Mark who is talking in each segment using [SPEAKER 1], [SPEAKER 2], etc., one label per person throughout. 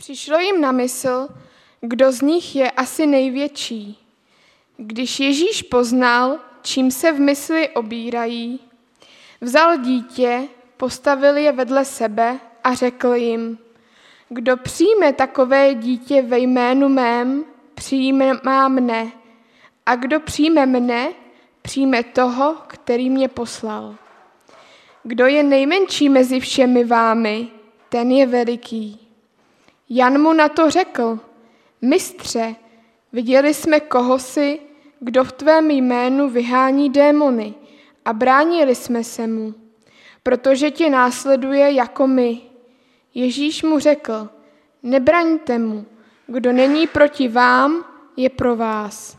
[SPEAKER 1] Přišlo jim na mysl, kdo z nich je asi největší. Když Ježíš poznal, čím se v mysli obírají, vzal dítě, postavil je vedle sebe a řekl jim: Kdo přijme takové dítě ve jménu mém, přijímá mne. A kdo přijme mne, přijme toho, který mě poslal. Kdo je nejmenší mezi všemi vámi, ten je veliký. Jan mu na to řekl: Mistře, viděli jsme kohosi, kdo v tvém jménu vyhání démony, a bránili jsme se mu, protože tě následuje jako my. Ježíš mu řekl: Nebraňte mu, kdo není proti vám, je pro vás.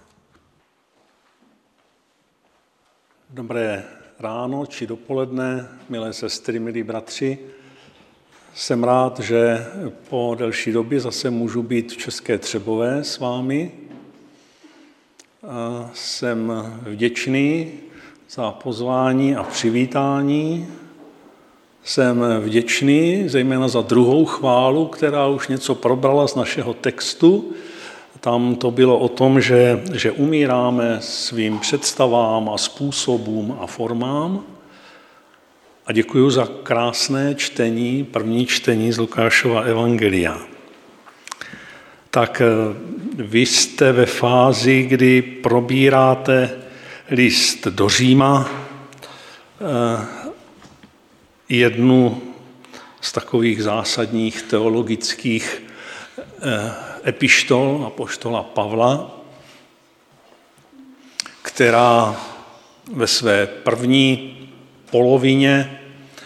[SPEAKER 2] Dobré ráno či dopoledne, milé sestry, milí bratři. Jsem rád, že po delší době zase můžu být v České Třebové s vámi. Jsem vděčný za pozvání a přivítání. Jsem vděčný zejména za druhou chválu, která už něco probrala z našeho textu. Tam to bylo o tom, že umíráme svým představám a způsobům a formám. A děkuji za krásné čtení, první čtení z Lukášova evangelia. Tak vy jste ve fázi, kdy probíráte list do Říma, jednu z takových zásadních teologických epištol apoštola Pavla, která ve své první polovině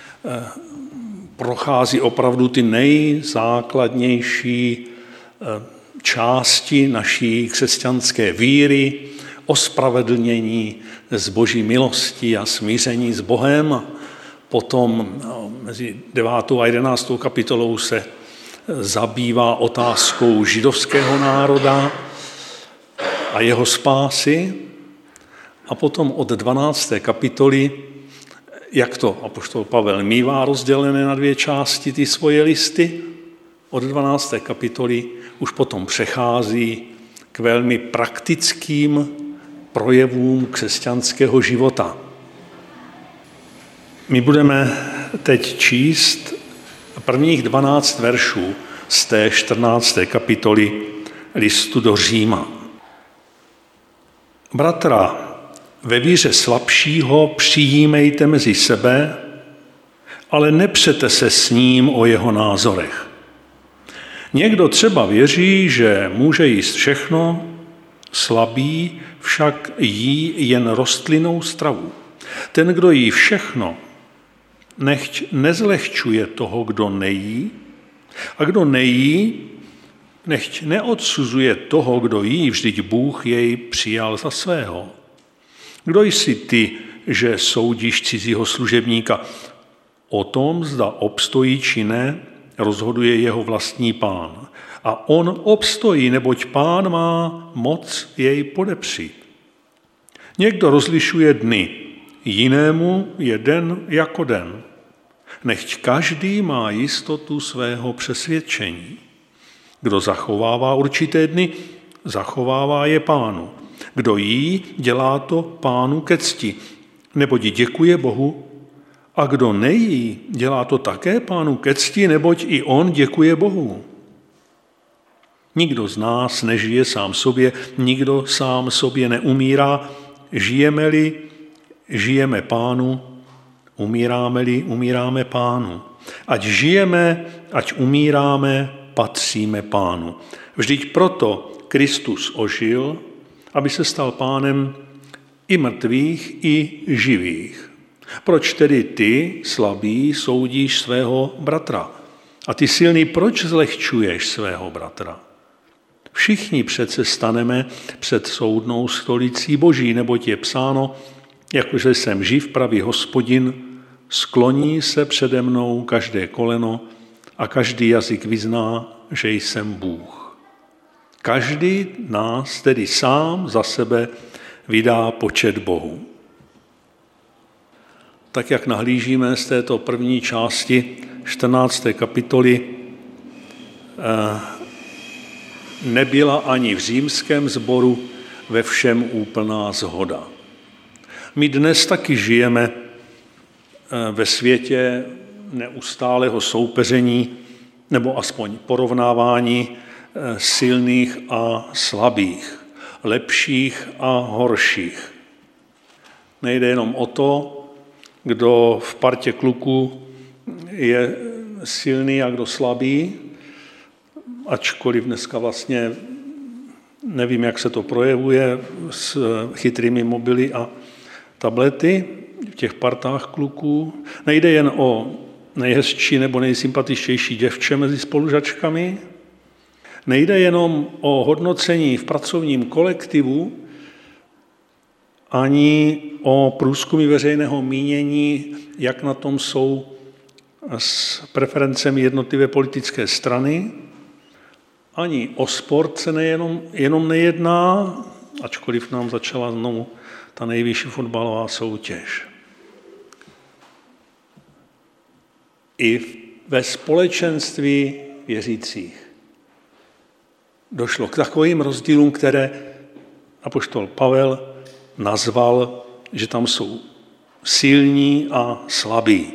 [SPEAKER 2] prochází opravdu ty nejzákladnější části naší křesťanské víry, ospravedlnění z Boží milosti a smíření s Bohem. Potom mezi 9. a 11. kapitolou se zabývá otázkou židovského národa a jeho spásy. A potom od 12. kapitoly, jak to apoštol Pavel mívá rozdělené na dvě části ty svoje listy, od 12. kapitoly už potom přechází k velmi praktickým projevům křesťanského života. My budeme teď číst prvních 12 veršů z té 14. kapitoly listu do Říma. Bratra, ve víře slabšího přijímejte mezi sebe, ale nepřete se s ním o jeho názorech. Někdo třeba věří, že může jíst všechno, slabý však jí jen rostlinnou stravu. Ten, kdo jí všechno, nechť nezlehčuje toho, kdo nejí, a kdo nejí, nechť neodsuzuje toho, kdo jí, vždyť Bůh jej přijal za svého. Kdo jsi ty, že soudíš cizího služebníka? O tom, zda obstojí či ne, rozhoduje jeho vlastní Pán. A on obstojí, neboť Pán má moc jej podepřít. Někdo rozlišuje dny, jinému je den jako den. Nechť každý má jistotu svého přesvědčení. Kdo zachovává určité dny, zachovává je Pánu. Kdo jí, dělá to Pánu ke cti, neboť děkuje Bohu. A kdo nejí, dělá to také Pánu ke cti, neboť i on děkuje Bohu. Nikdo z nás nežije sám sobě, nikdo sám sobě neumírá. Žijeme-li, žijeme Pánu, umíráme-li, umíráme Pánu. Ať žijeme, ať umíráme, patříme Pánu. Vždyť proto Kristus ožil, aby se stal Pánem i mrtvých, i živých. Proč tedy ty, slabý, soudíš svého bratra? A ty silný, proč zlehčuješ svého bratra? Všichni přece staneme před soudnou stolicí Boží, neboť je psáno, jakože jsem živ, pravý Hospodin, skloní se přede mnou každé koleno a každý jazyk vyzná, že jsem Bůh. Každý nás tedy sám za sebe vydá počet Bohu. Tak jak nahlížíme z této první části 14. kapitoly nebyla ani v římském sboru ve všem úplná shoda. My dnes taky žijeme ve světě neustálého soupeření nebo aspoň porovnávání silných a slabých, lepších a horších. Nejde jenom o to, kdo v partě kluků je silný a kdo slabý, ačkoliv dneska vlastně nevím, jak se to projevuje s chytrými mobily a tablety v těch partách kluků. Nejde jen o nejhezčí nebo nejsympatičtější děvče mezi spolužačkami. Nejde jenom o hodnocení v pracovním kolektivu, ani o průzkumy veřejného mínění, jak na tom jsou s preferencemi jednotlivé politické strany, ani o sport se jenom nejedná, ačkoliv nám začala znovu ta nejvyšší fotbalová soutěž. I ve společenství věřících došlo k takovým rozdílům, které apoštol Pavel nazval, že tam jsou silní a slabí.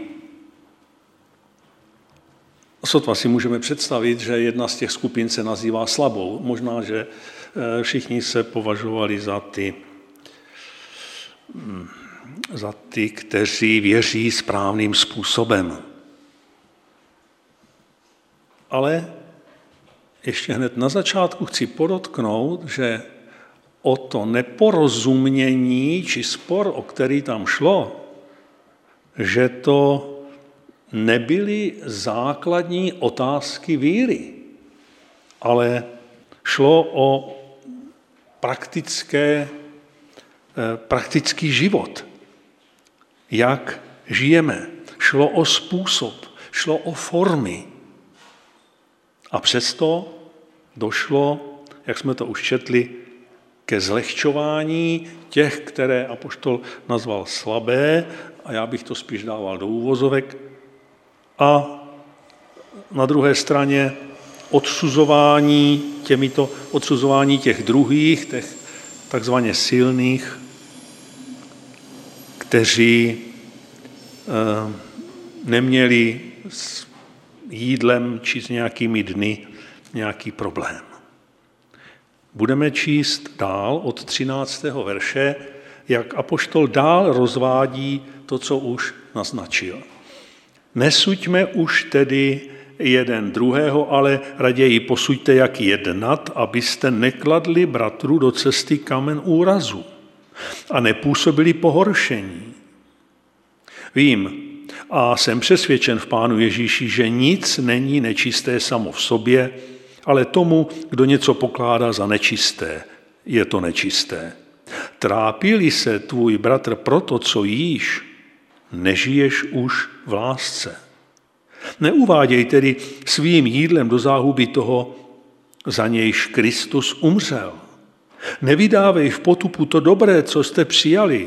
[SPEAKER 2] Sotva si můžeme představit, že jedna z těch skupin se nazývá slabou. Možná, že všichni se považovali za ty, kteří věří správným způsobem. Ale ještě hned na začátku chci podotknout, že o to neporozumění či spor, o který tam šlo, že to nebyly základní otázky víry, ale šlo o praktický život. Jak žijeme. Šlo o způsob, šlo o formy. A přesto došlo, jak jsme to už četli, ke zlehčování těch, které apoštol nazval slabé, a já bych to spíš dával do úvozovek, a na druhé straně odsuzování těch druhých, těch takzvaně silných, kteří neměli s jídlem či s nějakými dny nějaký problém. Budeme číst dál od 13. verše, jak apoštol dál rozvádí to, co už naznačil. Nesuďme už tedy jeden druhého, ale raději posuďte, jak jednat, abyste nekladli bratru do cesty kamen úrazu a nepůsobili pohoršení. Vím a jsem přesvědčen v Pánu Ježíši, že nic není nečisté samo v sobě, ale tomu, kdo něco pokládá za nečisté, je to nečisté. Trápí-li se tvůj bratr proto, co jíš, nežiješ už v lásce. Neuváděj tedy svým jídlem do záhuby toho, za nějž Kristus umřel. Nevydávej v potupu to dobré, co jste přijali.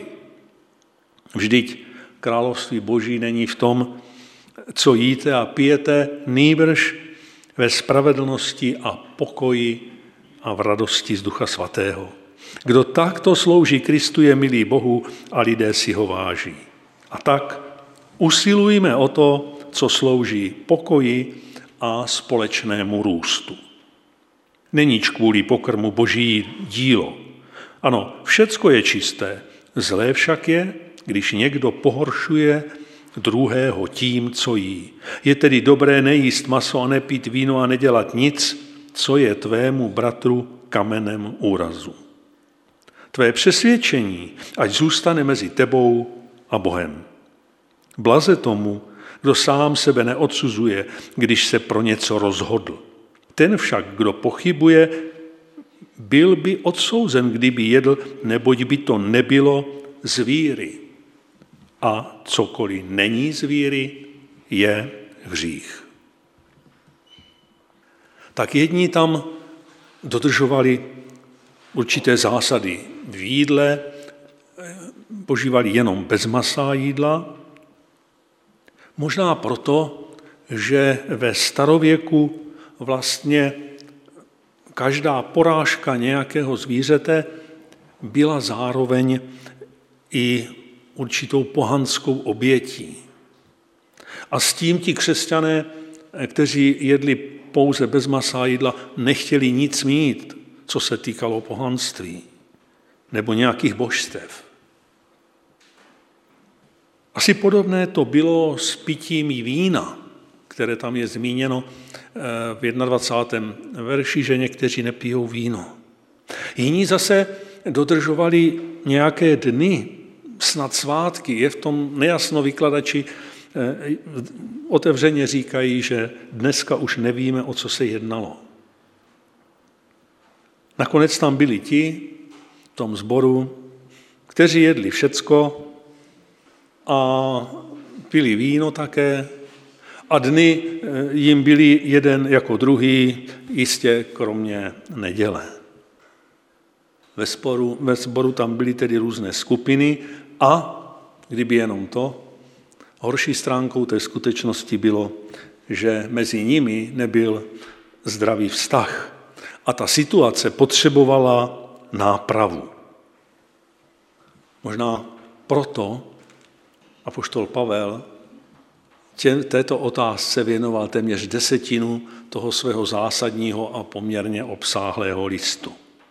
[SPEAKER 2] Vždyť království Boží není v tom, co jíte a pijete, nýbrž ve spravedlnosti a pokoji a v radosti z Ducha Svatého. Kdo takto slouží Kristu, je milý Bohu a lidé si ho váží. A tak usilujme o to, co slouží pokoji a společnému růstu. Neníč kvůli pokrmu Boží dílo. Ano, všecko je čisté, zlé však je, když někdo pohoršuje druhého tím, co jí. Je tedy dobré nejíst maso a nepít víno a nedělat nic, co je tvému bratru kamenem úrazu. Tvé přesvědčení ať zůstane mezi tebou a Bohem. Blaze tomu, kdo sám sebe neodsuzuje, když se pro něco rozhodl. Ten však, kdo pochybuje, byl by odsouzen, kdyby jedl, neboť by to nebylo z víry. A cokoliv není z víry, je hřích. Tak jedni tam dodržovali určité zásady v jídle, požívali jenom bez masa jídla, možná proto, že ve starověku vlastně každá porážka nějakého zvířete byla zároveň i určitou pohanskou obětí. A s tím ti křesťané, kteří jedli pouze bez masa a jídla, nechtěli nic mít, co se týkalo pohanství nebo nějakých božstev. Asi podobné to bylo s pitím vína, které tam je zmíněno v 21. verši, že někteří nepijou víno. Jiní zase dodržovali nějaké dny, snad svátky. Je v tom nejasno, vykladači otevřeně říkají, že dneska už nevíme, o co se jednalo. Nakonec tam byli ti v tom sboru, kteří jedli všecko a pili víno také a dny jim byli jeden jako druhý, jistě kromě neděle. Ve sboru tam byly tedy různé skupiny a kdyby jenom to, horší stránkou té skutečnosti bylo, že mezi nimi nebyl zdravý vztah a ta situace potřebovala nápravu. Možná proto apoštol Pavel této otázce věnoval téměř 10 toho svého zásadního a poměrně obsáhlého listu.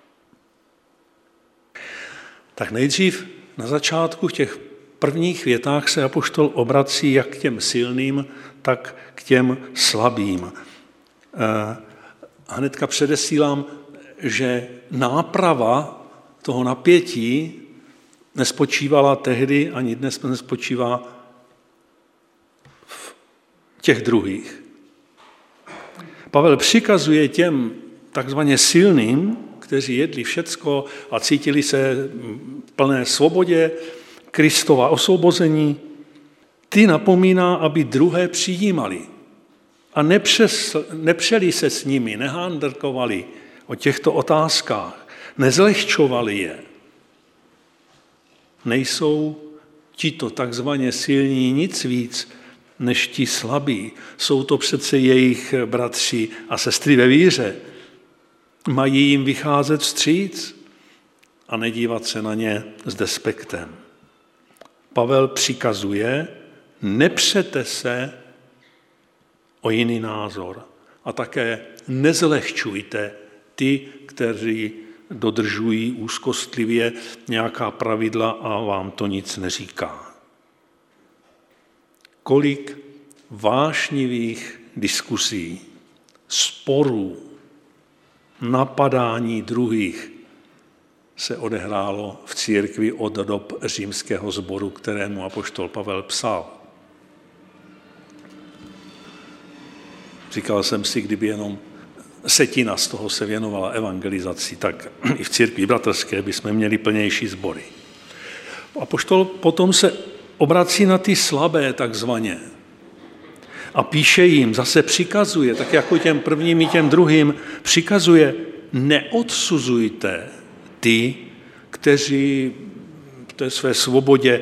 [SPEAKER 2] Tak nejdřív na začátku v těch prvních větách se apoštol obrací jak k těm silným, tak k těm slabým. Hnedka předesílám, že náprava toho napětí nespočívala tehdy, ani dnes nespočívá v těch druhých. Pavel přikazuje těm takzvaně silným, kteří jedli všecko a cítili se v plné svobodě, Kristova osvobození, ty napomíná, aby druhé přijímali a nepřeli se s nimi, nehandrkovali o těchto otázkách, nezlehčovali je. Nejsou tito takzvaně silní nic víc než ti slabí. Jsou to přece jejich bratři a sestry ve víře. Mají jim vycházet vstříc a nedívat se na ně s despektem. Pavel přikazuje, nepřete se o jiný názor a také nezlehčujte ty, kteří dodržují úzkostlivě nějaká pravidla a vám to nic neříká. Kolik vášnivých diskusí, sporů, napadání druhých se odehrálo v církvi od dob římského sboru, kterému apoštol Pavel psal. Říkal jsem si, kdyby jenom 1/7 z toho se věnovala evangelizaci, tak i v církvi bratrské bychom měli plnější sbory. Apoštol potom se obrací na ty slabé takzvaně a píše jim, zase přikazuje, tak jako těm prvním i těm druhým, přikazuje, neodsuzujte ty, kteří v té své svobodě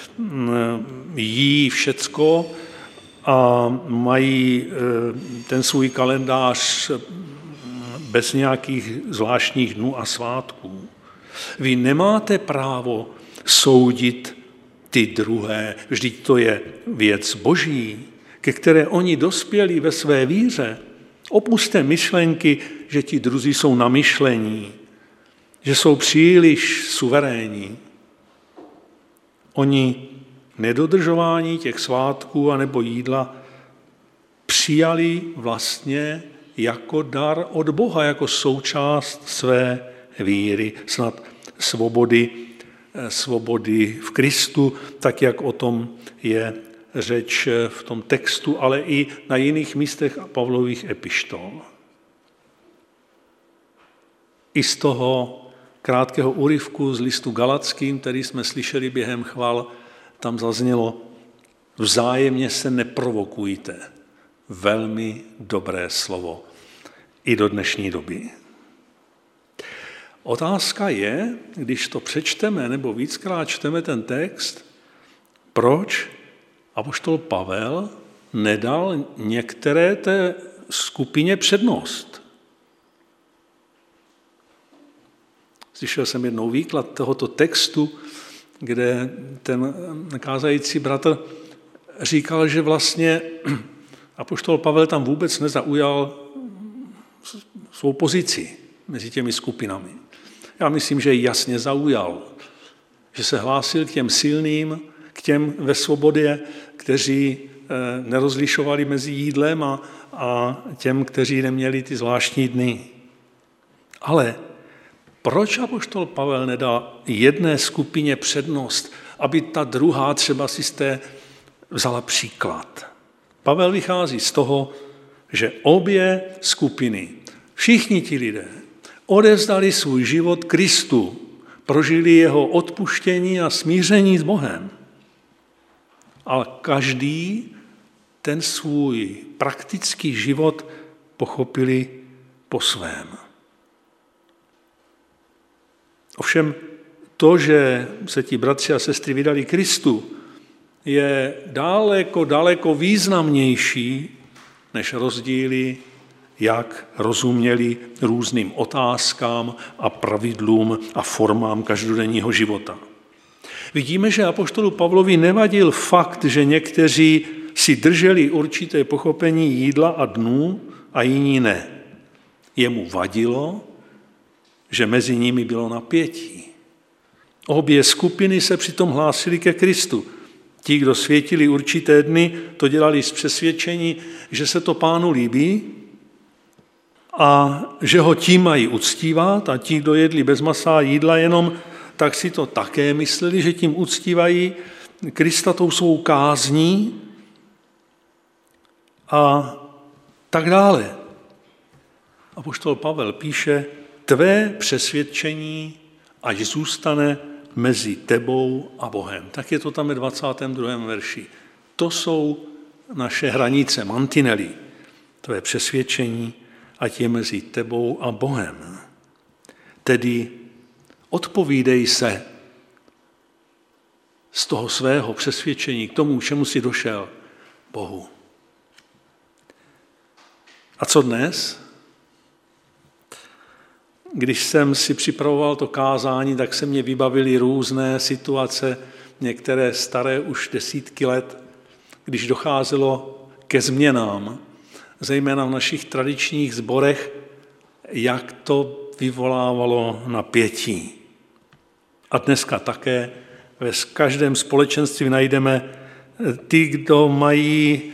[SPEAKER 2] jí všecko a mají ten svůj kalendář bez nějakých zvláštních dnů a svátků. Vy nemáte právo soudit ty druhé, vždyť to je věc boží, ke které oni dospěli ve své víře. Opusťte myšlenky, že ti druzí jsou na myšlení, že jsou příliš suverénní. Oni nedodržování těch svátků anebo jídla přijali vlastně jako dar od Boha, jako součást své víry, snad svobody v Kristu, tak jak o tom je řeč v tom textu, ale i na jiných místech Pavlových epištol. I z toho krátkého úryvku z listu Galackým, který jsme slyšeli během chval, tam zaznělo, vzájemně se neprovokujte. Velmi dobré slovo i do dnešní doby. Otázka je, když to přečteme nebo víckrát čteme ten text, proč apoštol Pavel nedal některé skupině přednost. Slyšel jsem jednou výklad tohoto textu, kde ten kázající bratr říkal, že vlastně apoštol Pavel tam vůbec nezaujal svou pozici mezi těmi skupinami. Já myslím, že ji jasně zaujal, že se hlásil k těm silným, k těm ve svobodě, kteří nerozlišovali mezi jídlem a těm, kteří neměli ty zvláštní dny. Ale proč apoštol Pavel nedal jedné skupině přednost, aby ta druhá třeba si z té vzala příklad? Pavel vychází z toho, že obě skupiny, všichni ti lidé, odevzdali svůj život Kristu, prožili jeho odpuštění a smíření s Bohem. Ale každý ten svůj praktický život pochopili po svém. Ovšem to, že se ti bratři a sestry vydali Kristu, je daleko významnější než rozdíly, jak rozuměli různým otázkám a pravidlům a formám každodenního života. Vidíme, že apoštolu Pavlovi nevadil fakt, že někteří si drželi určité pochopení jídla a dnů a jiní ne. Jemu vadilo, že mezi nimi bylo napětí. Obě skupiny se přitom hlásily ke Kristu. Ti, kdo světili určité dny, to dělali z přesvědčení, že se to Pánu líbí a že ho tím mají uctívat, a ti, kdo jedli bez masa a jídla jenom, tak si to také mysleli, že tím uctívají Krista tou svou kázní a tak dále. Apoštol Pavel píše, tvé přesvědčení ať zůstane mezi tebou a Bohem. Tak je to tam ve 22. verši. To jsou naše hranice, mantinely. Tvé přesvědčení ať je mezi tebou a Bohem. Tedy odpovídej se z toho svého přesvědčení k tomu, čemu jsi došel, Bohu. A co dnes? Když jsem si připravoval to kázání, tak se mě vybavily různé situace, některé staré už desítky let, když docházelo ke změnám, zejména v našich tradičních sborech, jak to vyvolávalo napětí. A dneska také ve každém společenství najdeme ty, kdo mají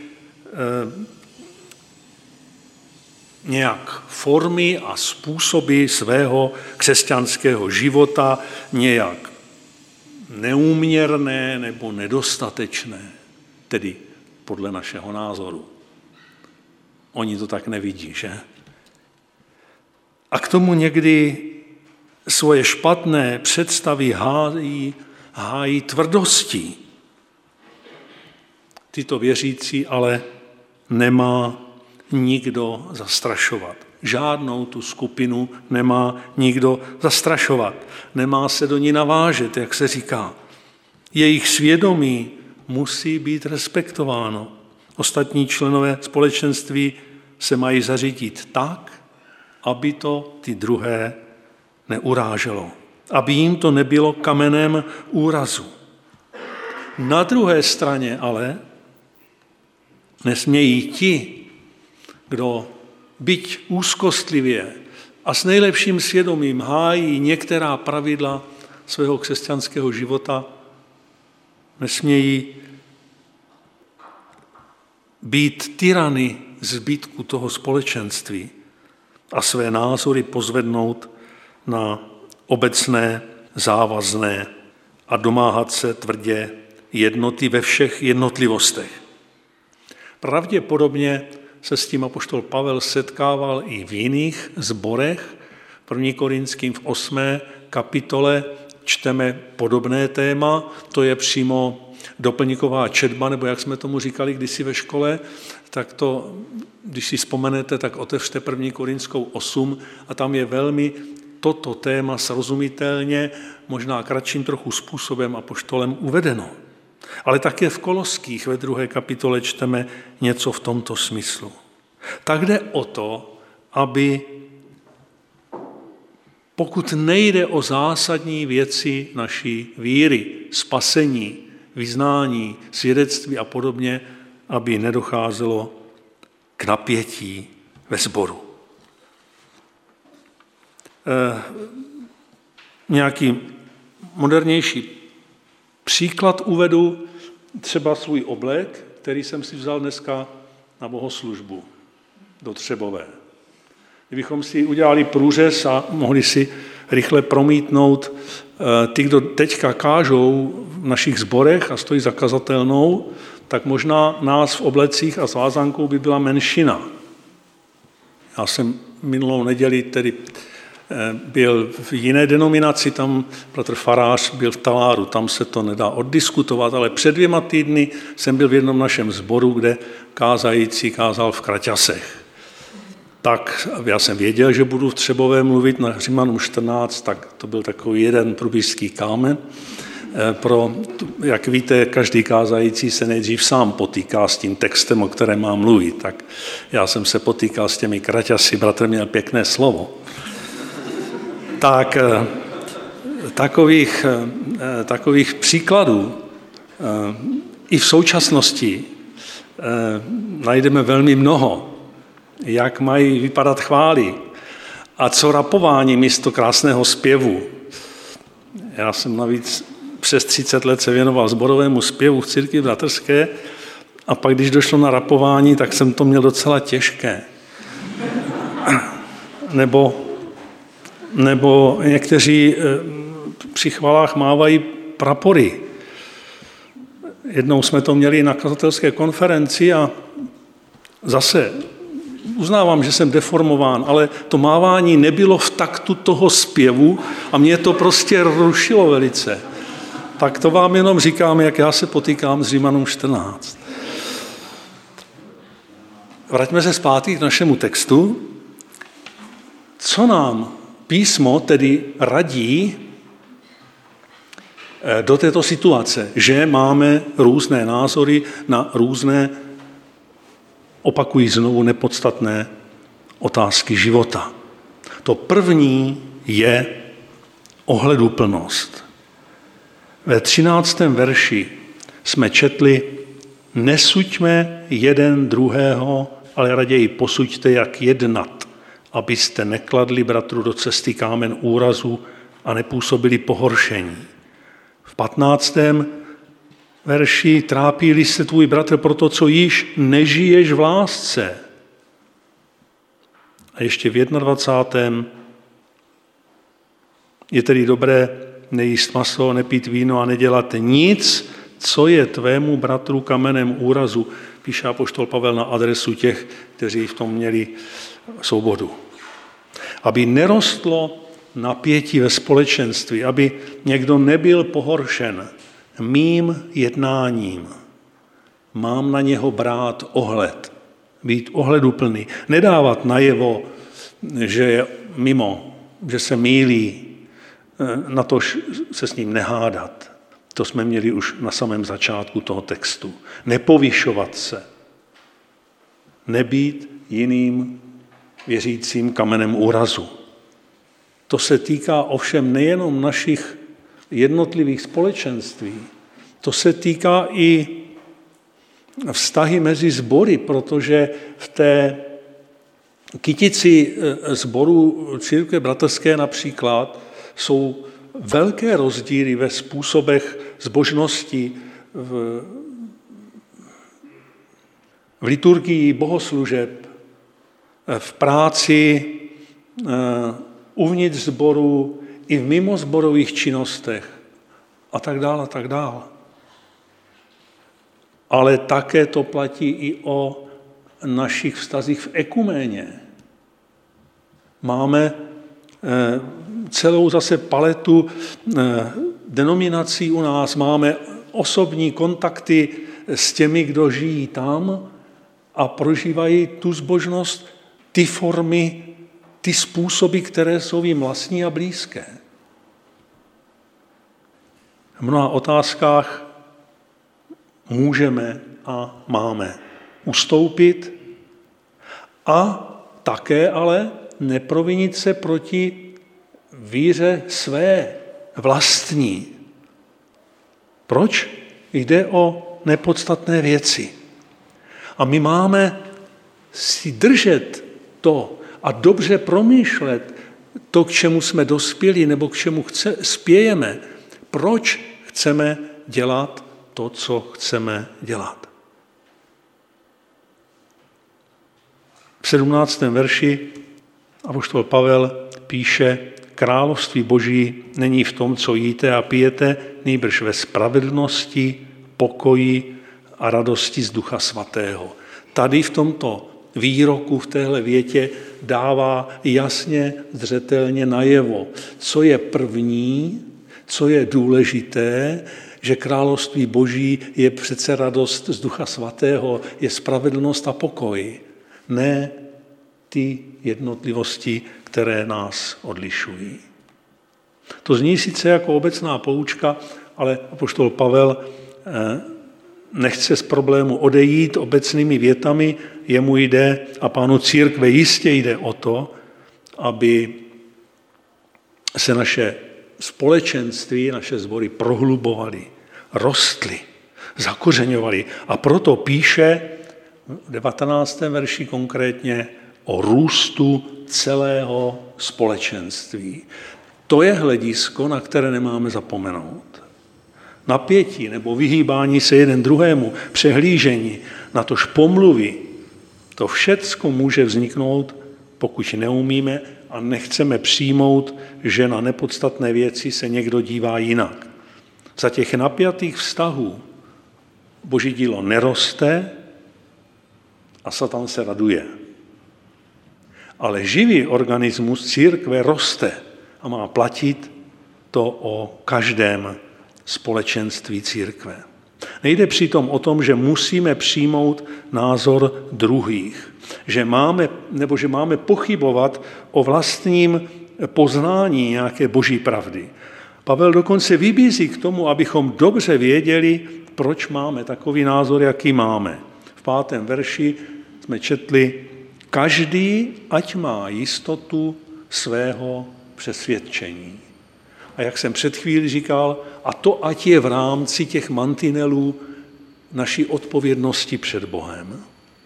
[SPEAKER 2] nějak formy a způsoby svého křesťanského života nějak neúměrné nebo nedostatečné, tedy podle našeho názoru. Oni to tak nevidí, že? A k tomu někdy svoje špatné představy hájí tvrdostí. Tyto věřící ale nemá nikdo zastrašovat. Žádnou tu skupinu nemá nikdo zastrašovat. Nemá se do ní navážet, jak se říká. Jejich svědomí musí být respektováno. Ostatní členové společenství se mají zařídit tak, aby to ty druhé neuráželo. Aby jim to nebylo kamenem úrazu. Na druhé straně ale nesmějí ti, kdo byť úzkostlivě a s nejlepším svědomím hájí některá pravidla svého křesťanského života, nesmějí být tyrany zbytku toho společenství a své názory pozvednout na obecné, závazné a domáhat se tvrdě jednoty ve všech jednotlivostech. Pravděpodobně se s tím apoštol Pavel setkával i v jiných sborech. 1. Korinským v 8. kapitole čteme podobné téma, to je přímo doplňková četba, nebo jak jsme tomu říkali kdysi ve škole, tak to, když si vzpomenete, tak otevřte 1. Korintskou 8 a tam je velmi toto téma srozumitelně, možná kratším trochu způsobem apoštolem uvedeno. Ale také v Koloských ve 2. kapitole čteme něco v tomto smyslu. Tak jde o to, aby pokud nejde o zásadní věci naší víry, spasení, vyznání, svědectví a podobně, aby nedocházelo k napětí ve sboru. Nějaký modernější příklad uvedu, třeba svůj oblek, který jsem si vzal dneska na bohoslužbu do Třebové. Kdybychom si udělali průřez a mohli si rychle promítnout ty, kdo teďka kážou v našich sborech a stojí za kazatelnou, tak možná nás v oblecích a s vázankou by byla menšina. Já jsem minulou neděli tedy byl v jiné denominaci, tam bratr farář byl v Taláru, tam se to nedá oddiskutovat, ale před 2 týdny jsem byl v jednom našem sboru, kde kázající kázal v Kraťasech. Tak já jsem věděl, že budu v Třebové mluvit na Římanům 14, tak to byl takový jeden průběžský kámen. Jak víte, každý kázající se nejdřív sám potýká s tím textem, o kterém má mluvit. Tak já jsem se potýkal s těmi Kraťasy, bratr měl pěkné slovo. Tak takových příkladů i v současnosti najdeme velmi mnoho, jak mají vypadat chvály a co rapování místo krásného zpěvu. Já jsem navíc přes 30 let se věnoval sborovému zpěvu v církvi bratrské a pak, když došlo na rapování, tak jsem to měl docela těžké. Nebo někteří při chvalách mávají prapory. Jednou jsme to měli na kazatelské konferenci a zase uznávám, že jsem deformován, ale to mávání nebylo v taktu toho zpěvu a mě to prostě rušilo velice. Tak to vám jenom říkám, jak já se potýkám s Římanům 14. Vraťme se zpátky k našemu textu. Co nám písmo tedy radí do této situace, že máme různé názory na různé, opakuji znovu, nepodstatné otázky života. To první je ohleduplnost. Ve 13. verši jsme četli: nesuďme jeden druhého, ale raději posuďte, jak jednat, abyste nekladli bratru do cesty kámen úrazu a nepůsobili pohoršení. V 15. verši: trápí-li se tvůj bratr pro to, co již nežiješ v lásce. A ještě v 21. je tedy dobré nejíst maso, nepít víno a nedělat nic, co je tvému bratru kamenem úrazu, píše apoštol Pavel na adresu těch, kteří v tom měli svobodu. Aby nerostlo napětí ve společenství, aby někdo nebyl pohoršen mým jednáním. Mám na něho brát ohled, být ohleduplný, nedávat najevo, že je mimo, že se mýlí, na to se s ním nehádat. To jsme měli už na samém začátku toho textu. Nepovyšovat se, nebýt jiným věřícím kamenem úrazu. To se týká ovšem nejenom našich jednotlivých společenství, to se týká i vztahy mezi sbory, protože v té kytici sboru církve bratrské například jsou velké rozdíly ve způsobech zbožnosti, v liturgii bohoslužeb, v práci uvnitř sboru i v mimozborových činnostech a tak dále, a tak dále. Ale také to platí i o našich vztazích v ekuméně. Máme celou zase paletu denominací u nás, máme osobní kontakty s těmi, kdo žijí tam a prožívají tu zbožnost, ty formy, ty způsoby, které jsou jim vlastní a blízké. V mnoha otázkách můžeme a máme ustoupit A také ale neprovinit se proti víře své, vlastní. Proč? Jde o nepodstatné věci. A my máme si držet to a dobře promýšlet to, k čemu jsme dospěli nebo k čemu spějeme. Proč chceme dělat to, co chceme dělat. V 17. verši apoštol Pavel píše: Království Boží není v tom, co jíte a pijete, nýbrž ve spravedlnosti, pokoji a radosti z Ducha Svatého. Tady v tomto výroku, v téhle větě dává jasně, zřetelně najevo, co je první, co je důležité, že království Boží je přece radost z Ducha Svatého, je spravedlnost a pokoj, ne ty jednotlivosti, které nás odlišují. To zní sice jako obecná poučka, ale apoštol Pavel nechce z problému odejít obecnými větami, jemu jde a pánu církve jistě jde o to, aby se naše společenství, naše sbory prohlubovaly, rostly, zakořeňovaly. A proto píše v 19. verši konkrétně o růstu celého společenství. To je hledisko, na které nemáme zapomenout. Napětí nebo vyhýbání se jeden druhému, přehlížení, natož pomluvy, to všecko může vzniknout, pokud neumíme a nechceme přijmout, že na nepodstatné věci se někdo dívá jinak. Za těch napjatých vztahů Boží dílo neroste a Satan se raduje. Ale živý organismus církve roste a má platit to o každém společenství církve. Nejde přitom o tom, že musíme přijmout názor druhých, že máme pochybovat o vlastním poznání nějaké boží pravdy. Pavel dokonce vybízí k tomu, abychom dobře věděli, proč máme takový názor, jaký máme. V 5. verši jsme četli: každý, ať má jistotu svého přesvědčení. A jak jsem před chvíli říkal, a to ať je v rámci těch mantinelů naší odpovědnosti před Bohem.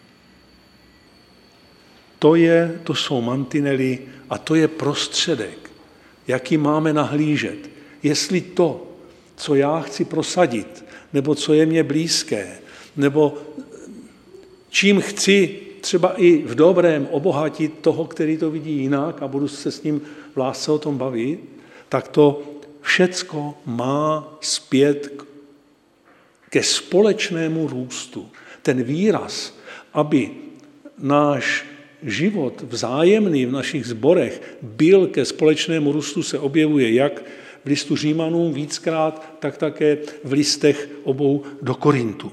[SPEAKER 2] To jsou mantinely a to je prostředek, jaký máme nahlížet. Jestli to, co já chci prosadit, nebo co je mně blízké, nebo čím chci třeba i v dobrém obohatit toho, který to vidí jinak a budu se s ním v lásce o tom bavit, tak to všecko má zpět ke společnému růstu. Ten výraz, aby náš život vzájemný v našich sborech byl ke společnému růstu, se objevuje jak v listu Římanům víckrát, tak také v listech obou do Korintu.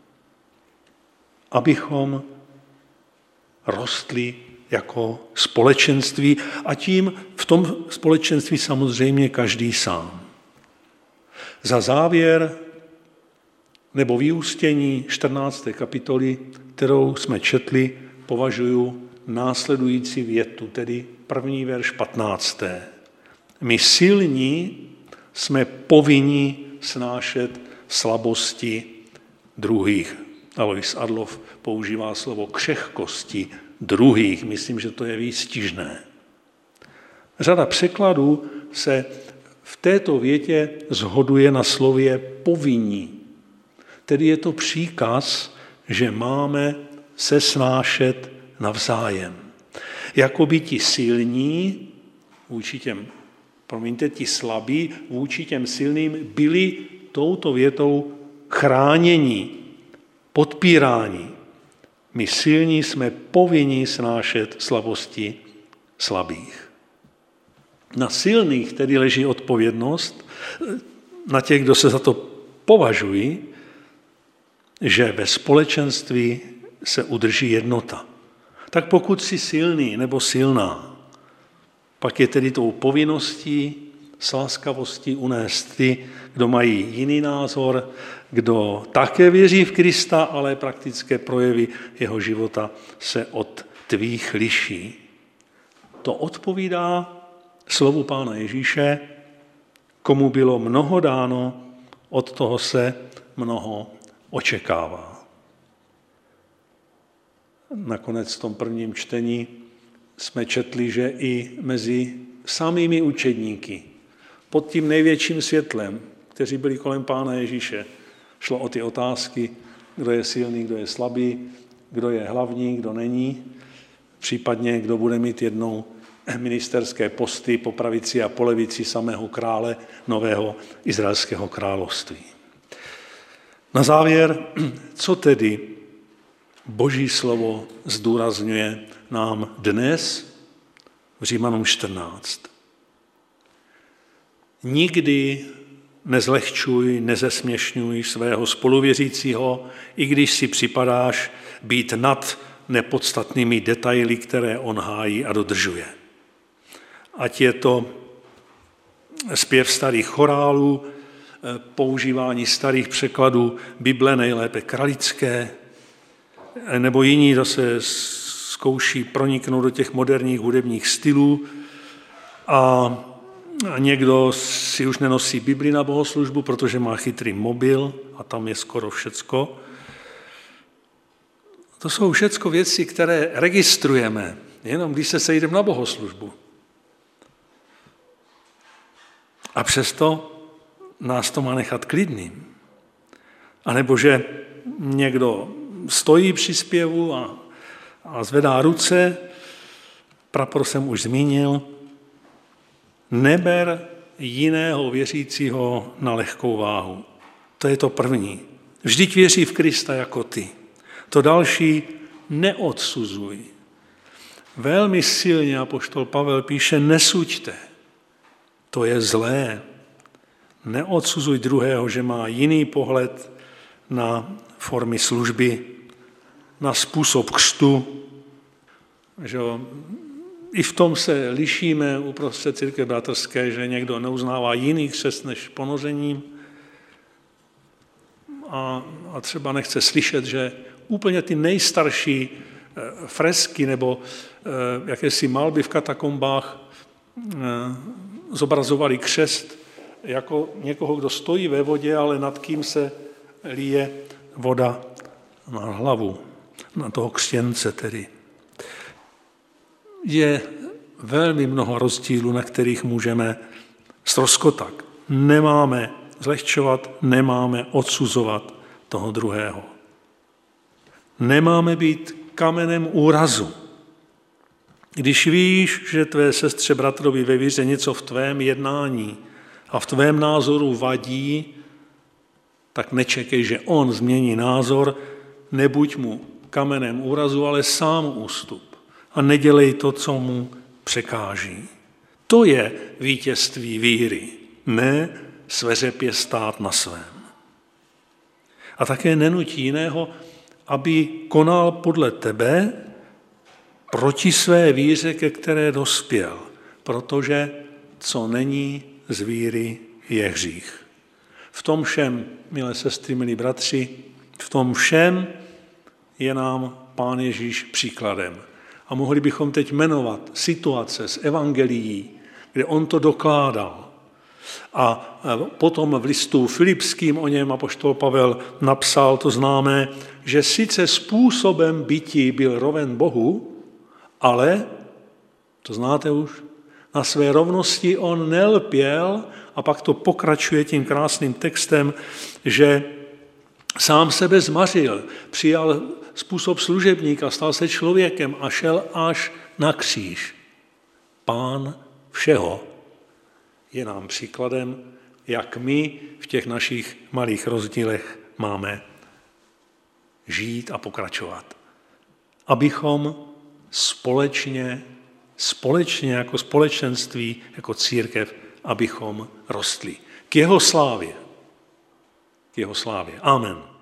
[SPEAKER 2] Abychom rostli jako společenství a tím v tom společenství samozřejmě každý sám. Za závěr nebo vyústění 14. kapitoly, kterou jsme četli, považuji následující větu, tedy 1. verš 15. My silní jsme povinni snášet slabosti druhých. Alois Adlof používá slovo křehkosti druhých. Myslím, že to je výstižné. Řada překladů se v této větě shoduje na slově povinní. Tedy je to příkaz, že máme se snášet navzájem. Jakoby ti silní, ti slabí, vůči těm silným byli touto větou chráněni, podpírání. My silní jsme povinni snášet slabosti slabých. Na silných tedy leží odpovědnost, na těch, kdo se za to považují, že ve společenství se udrží jednota. Tak pokud jsi silný nebo silná, pak je tedy tou povinností s laskavostí unést ty, kdo mají jiný názor, kdo také věří v Krista, ale praktické projevy jeho života se od tvých liší. To odpovídá slovu Pána Ježíše, komu bylo mnoho dáno, od toho se mnoho očekává. Nakonec v tom prvním čtení jsme četli, že i mezi samými učedníky, pod tím největším světlem, kteří byli kolem Pána Ježíše, šlo o ty otázky, kdo je silný, kdo je slabý, kdo je hlavní, kdo není, případně kdo bude mít jednou ministerské posty po pravici a po levici samého krále nového izraelského království. Na závěr, co tedy Boží slovo zdůrazňuje nám dnes v Římanům 14. Nikdy nezlehčuj, nezesměšňuj svého spoluvěřícího, i když si připadáš být nad nepodstatnými detaily, které on hájí a dodržuje. Ať je to zpěv starých chorálů, používání starých překladů Bible, nejlépe kralické, nebo jiní zase zkouší proniknout do těch moderních hudebních stylů a někdo si už nenosí Bibli na bohoslužbu, protože má chytrý mobil a tam je skoro všecko. To jsou všecko věci, které registrujeme, jenom když se sejdeme na bohoslužbu. A přesto nás to má nechat klidným. A nebo že někdo stojí při zpěvu a zvedá ruce, prapor jsem už zmínil, neber jiného věřícího na lehkou váhu. To je to první. Vždyť věří v Krista jako ty. To další neodsuzuj. Velmi silně apoštol Pavel píše, nesuďte. To je zlé. Neodsuzuj druhého, že má jiný pohled na formy služby, na způsob křtu. Že i v tom se lišíme uprostřed církve bratrské, že někdo neuznává jiný křest než ponořením a třeba nechce slyšet, že úplně ty nejstarší fresky nebo jakési malby v katakombách zobrazovali křest jako někoho, kdo stojí ve vodě, ale nad kým se lije voda na hlavu, na toho křtěnce tedy. Je velmi mnoho rozdílů, na kterých můžeme ztroskotat. Nemáme zlehčovat, nemáme odsuzovat toho druhého. Nemáme být kamenem úrazu. Když víš, že tvé sestře, bratrovi ve víře něco v tvém jednání a v tvém názoru vadí, tak nečekej, že on změní názor, nebuď mu kamenem úrazu, ale sám ústup. A nedělej to, co mu překáží. To je vítězství víry, ne sveřepě stát na svém. A také nenutí jiného, aby konal podle tebe proti své víře, ke které dospěl, protože co není z víry, je hřích. V tom všem, milé sestry, milí bratři, v tom všem je nám Pán Ježíš příkladem. A mohli bychom teď jmenovat situace z evangelií, kde on to dokládal. A potom v listu Filipským o něm apoštol Pavel napsal, to známé, že sice způsobem bytí byl roven Bohu, ale, to znáte už, na své rovnosti on nelpěl a pak to pokračuje tím krásným textem, že sám sebe zmařil, přijal způsob služebníka, stal se člověkem a šel až na kříž. Pán všeho je nám příkladem, jak my v těch našich malých rozdílech máme žít a pokračovat. Abychom společně jako společenství, jako církev, abychom rostli. K jeho slávě. Amen.